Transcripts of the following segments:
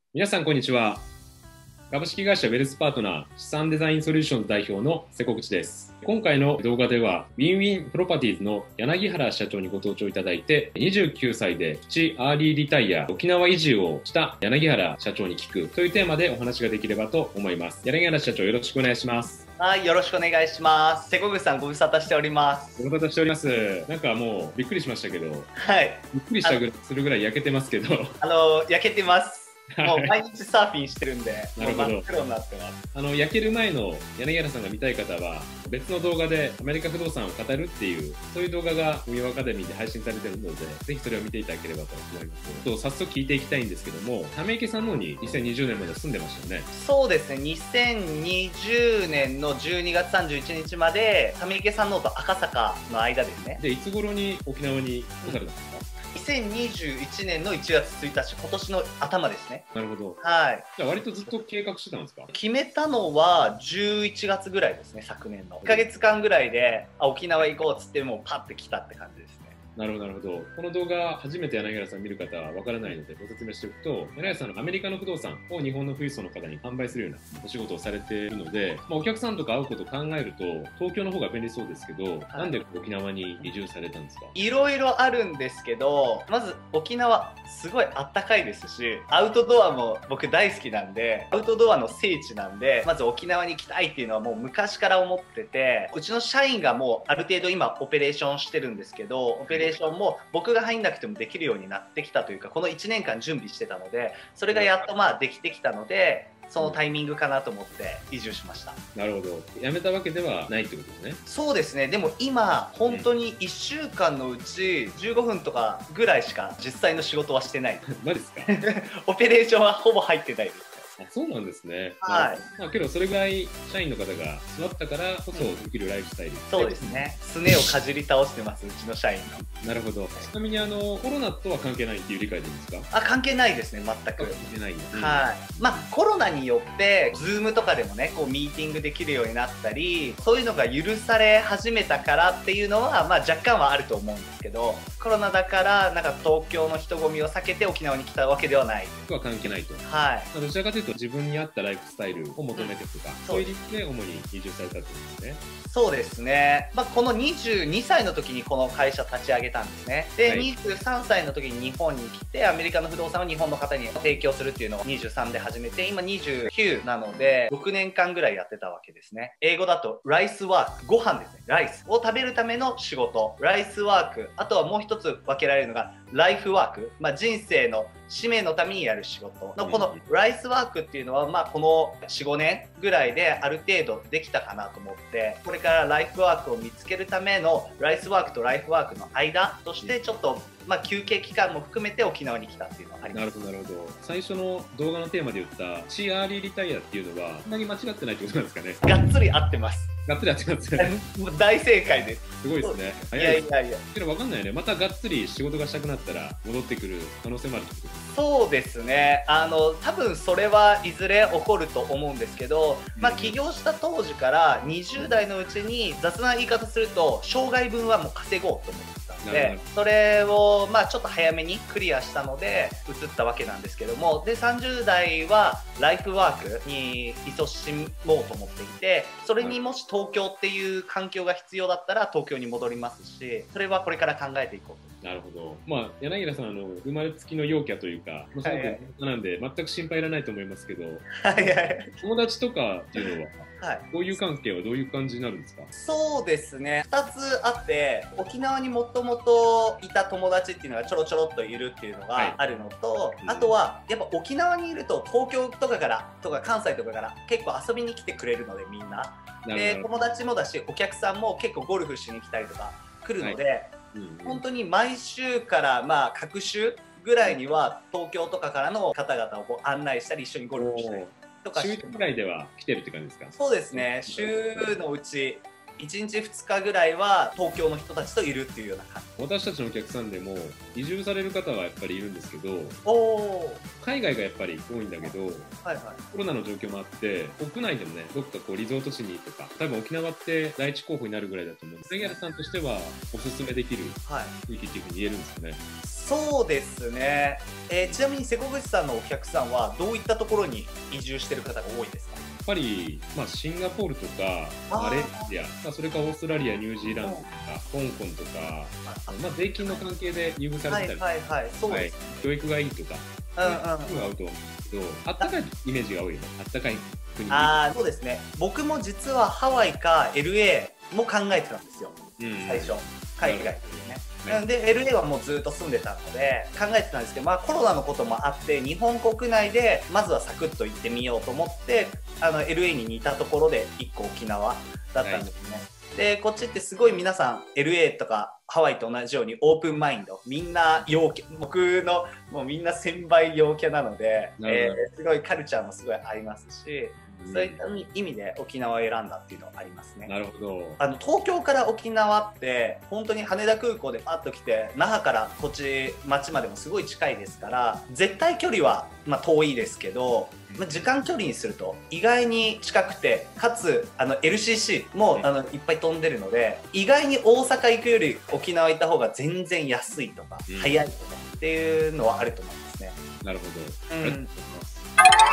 皆さん、こんにちは。株式会社ウェルスパートナー資産デザインソリューションズ代表の瀬古口です。今回の動画では、ウィンウィンプロパティーズの柳原社長にご登場いただいて、29歳でプチアーリーリタイア、沖縄移住をした柳原社長に聞くというテーマでお話ができればと思います。柳原社長、よろしくお願いします。 はい、よろしくお願いします。瀬古口さん、ご無沙汰しております。 ご無沙汰しております。なんかもうびっくりしましたけど、 はい。 びっくりしたぐらいするぐらい焼けてますけど。 焼けてます。もう毎日サーフィンしてるんで、 なるほど。 もう真っ黒になってます。 焼ける前の柳原さんが見たい方は、別の動画でアメリカ不動産を語るっていう、そういう動画が運用アカデミーで配信されているので、ぜひそれを見ていただければと思います。早速聞いていきたいんですけども、溜池さんの方に2020年まで住んでましたよね。 そうですね、2020年の12月31日まで、溜池山王と赤坂の間ですね。 で、いつ頃に沖縄に来されたんですか ？2021年の1月1日、今年の頭ですね。 なるほど。 はい。 じゃあ割とずっと計画してたんですか？ 決めたのは11月ぐらいですね、昨年の。1ヶ月間ぐらいで、沖縄行こうっつってもうパッて来たって感じですね。 なるほど、なるほど。この動画、初めて柳原さん見る方はわからないのでご説明しておくと、柳原さんのアメリカの不動産を日本の富裕層の方に販売するようなお仕事をされているので、お客さんとか会うことを考えると、東京の方が便利そうですけど、なんで沖縄に移住されたんですか？ いろいろあるんですけど、まず沖縄、すごいあったかいですし、アウトドアも僕大好きなんで、アウトドアの聖地なんで、まず沖縄に行きたいっていうのはもう昔から思ってて、うちの社員がもうある程度今オペレーションしてるんですけど、オペレーションも僕が入んなくてもできるようになってきたというか、この1年間準備してたので、それがやっとできてきたので、そのタイミングかなと思って移住しました。 なるほど。辞めたわけではないってことですね。 そうですね。でも今、本当に1週間のうち15分とかぐらいしか実際の仕事はしてない。 マジですか？ オペレーションはほぼ入ってないです。 あ、そうなんですね。 はい。 けどそれぐらい社員の方が座ったからこそできるライフスタイル。 そうですね。すねをかじり倒してます、うちの社員の。 なるほど。ちなみにコロナとは関係ないっていう理解でいいですか？ 関係ないですね、全く。 関係ない。 はい。コロナによって、Zoom とかでもね、こうミーティングできるようになったり、そういうのが許され始めたからっていうのは、若干はあると思うんですけど、コロナだから、なんか東京の人混みを避けて沖縄に来たわけではない。 とは関係ないと。 はい。 どちらかというと自分に合ったライフスタイルを求めてとか、そういう理由で主に移住されたってことですね。 そうですね。この22歳の時にこの会社立ち上げたんですね。で、23歳の時に日本に来て、アメリカの不動産を日本の方に提供するっていうのを23で始めて、今29なので、6年間ぐらいやってたわけですね。英語だと、ライスワーク、ご飯ですね。ライスを食べるための仕事、ライスワーク、あとはもう一つ分けられるのが、ライフワーク、人生の使命のためにやる仕事のこのライスワークっていうのは、この 4,5 年ぐらいである程度できたかなと思って、これからライフワークを見つけるためのライスワークとライフワークの間としてちょっと休憩期間も含めて沖縄に来たっていうのはあります。 なるほど、なるほど。最初の動画のテーマで言ったチアーリーリタイアっていうのは、そんなに間違ってないってことなんですかね。 がっつり合ってます。 がっつり合ってますね。 もう大正解です。 すごいですね。 いやいやいや。 けど分かんないよね。またがっつり仕事がしたくなったら戻ってくる可能性もあるってことですか？ そうですね。多分それはいずれ起こると思うんですけど、起業した当時から20代のうちに雑な言い方すると、生涯分はもう稼ごうと思ってたので、それをちょっと早めにクリアしたので移ったわけなんですけども、で30代はライフワークに勤しもうと思っていて、それにもし東京っていう環境が必要だったら東京に戻りますし、それはこれから考えていこうと。 なるほど。柳原さん、生まれつきの陽キャというか、すごくなんで、全く心配いらないと思いますけど、友達とかっていうのは、こういう関係はどういう感じになるんですか？ そうですね。2つあって、沖縄にもともといた友達っていうのがちょろちょろっといるっていうのがあるのと、あとは、やっぱ沖縄にいると東京とか関西とかから結構遊びに来てくれるので、みんな。で、友達もだし、お客さんも結構ゴルフしに来たりとか来るので、本当に毎週から各週ぐらいには東京とかからの方々をこう案内したり一緒にゴルフしたりとかして、 週1ぐらいでは来てるって感じですか？ そうですね。週のうち 1日2日ぐらいは東京の人たちといるっていうような感じ。 私たちのお客さんでも移住される方はやっぱりいるんですけど、 お海外がやっぱり多いんだけど、 はいはい。 コロナの状況もあって国内でもね、どっかこうリゾート地にとか、多分沖縄って第一候補になるぐらいだと思うんです。柳原さんとしてはおすすめできるはい、 雰囲気っていうふうに言えるんですかね。 そうですね、ちなみに瀬古口さんのお客さんはどういったところに移住してる方が多いですか？ やっぱり、シンガポールとかマレーシア、それからオーストラリア、ニュージーランドとか香港とか、税金の関係で優遇されてたり、 そうです、 教育がいいとか、そういうのが合うと思うんですけど、あったかいイメージが多いよね。あったかい国に。 そうですね。僕も実はハワイか LA も考えてたんですよ、最初、海外ですね。で LA はもうずっと住んでたので考えてたんですけど、コロナのこともあって日本国内でまずはサクッと行ってみようと思ってLA に似たところで1個沖縄だったんですね。でこっちってすごい皆さん LA とかハワイと同じようにオープンマインド、みんな陽キャ、僕のもうみんな1000倍陽キャなので、すごいカルチャーもすごい合いますし、そういった意味で沖縄を選んだっていうのはありますね。 なるほど。 東京から沖縄って本当に羽田空港でパッと来て、那覇からこっち町までもすごい近いですから、絶対距離は遠いですけど、時間距離にすると意外に近くて、かつLCC もいっぱい飛んでるので、意外に大阪行くより沖縄行った方が全然安いとか、早いとかっていうのはあると思いますね。 なるほど。ありがとうございます。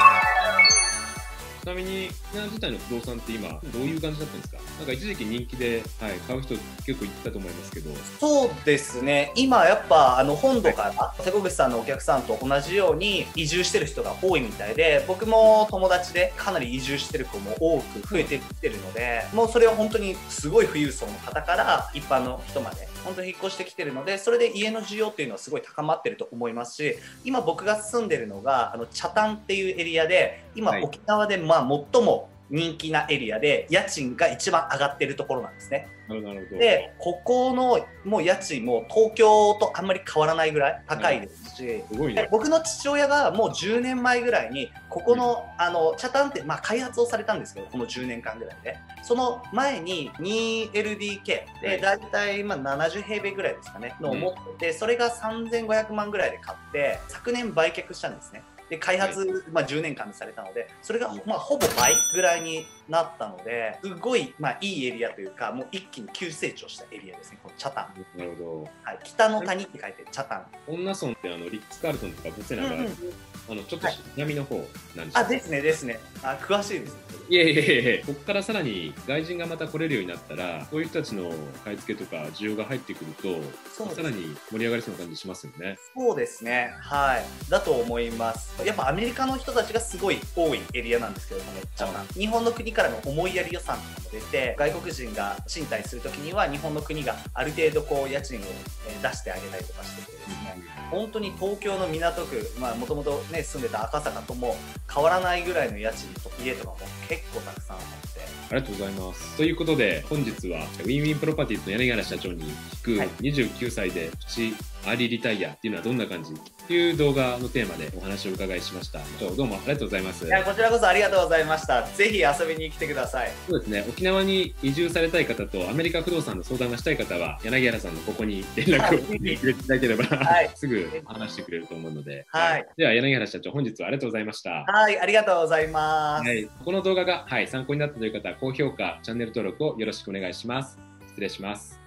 ちなみに沖縄自体の不動産って今どういう感じだったんですか？なんか一時期人気で、買う人結構いったと思いますけど。 そうですね、今やっぱ本土から瀬古口さんのお客さんと同じように移住してる人が多いみたいで、僕も友達でかなり移住してる子も多く増えてきてるので、もうそれは本当にすごい富裕層の方から一般の人まで本当に引っ越してきてるので、それで家の需要っていうのはすごい高まってると思いますし、今僕が住んでるのが北谷っていうエリアで、今沖縄で最も人気なエリアで家賃が一番上がってるところなんですね。 なるほど。 でここのもう家賃も東京とあんまり変わらないぐらい高いですし、 すごいね。 僕の父親がもう10年前ぐらいにここの北谷って開発をされたんですけど、この10年間ぐらいで、その前に 2LDK でだいたい70平米ぐらいですかねのを持ってて、それが3500万ぐらいで買って昨年売却したんですね。で開発、10年間でされたので、それがほぼ倍ぐらいになったので、すごい、いいエリアというか、もう一気に急成長したエリアですね、この北谷。 なるほど。 北の谷って書いて北谷。 恩納村ってリッツ・カールトンとかブセナがある、ちょっと南の方なんですよ。 ですね。詳しいですね。 いやいやいや、ここからさらに外人がまた来れるようになったら、そういう人たちの買い付けとか需要が入ってくると、さらに盛り上がりそうな感じしますよね。 そうですね。だと思います。やっぱアメリカの人たちがすごい多いエリアなんですけども、日本の国からの思いやり予算とかも出て、外国人が賃貸するときには日本の国がある程度家賃を出してあげたりとかしててですね、本当に東京の港区、もともとね住んでた赤坂とも変わらないぐらいの家賃と家とかも結構たくさんあって。 ありがとうございます。ということで本日はウィンウィンプロパティーズの柳原社長に聞く29歳でプチアーリーリタイアっていうのはどんな感じっていう動画のテーマでお話をお伺いしました。どうもありがとうございます。 こちらこそありがとうございました。ぜひ遊びに来てください。 そうですね、沖縄に移住されたい方とアメリカ不動産の相談がしたい方は柳原さんのここに連絡を入れていただければ、すぐ話してくれると思うので、では柳原社長、本日はありがとうございました。 ありがとうございます。 この動画が、参考になったという方は高評価、チャンネル登録をよろしくお願いします。失礼します。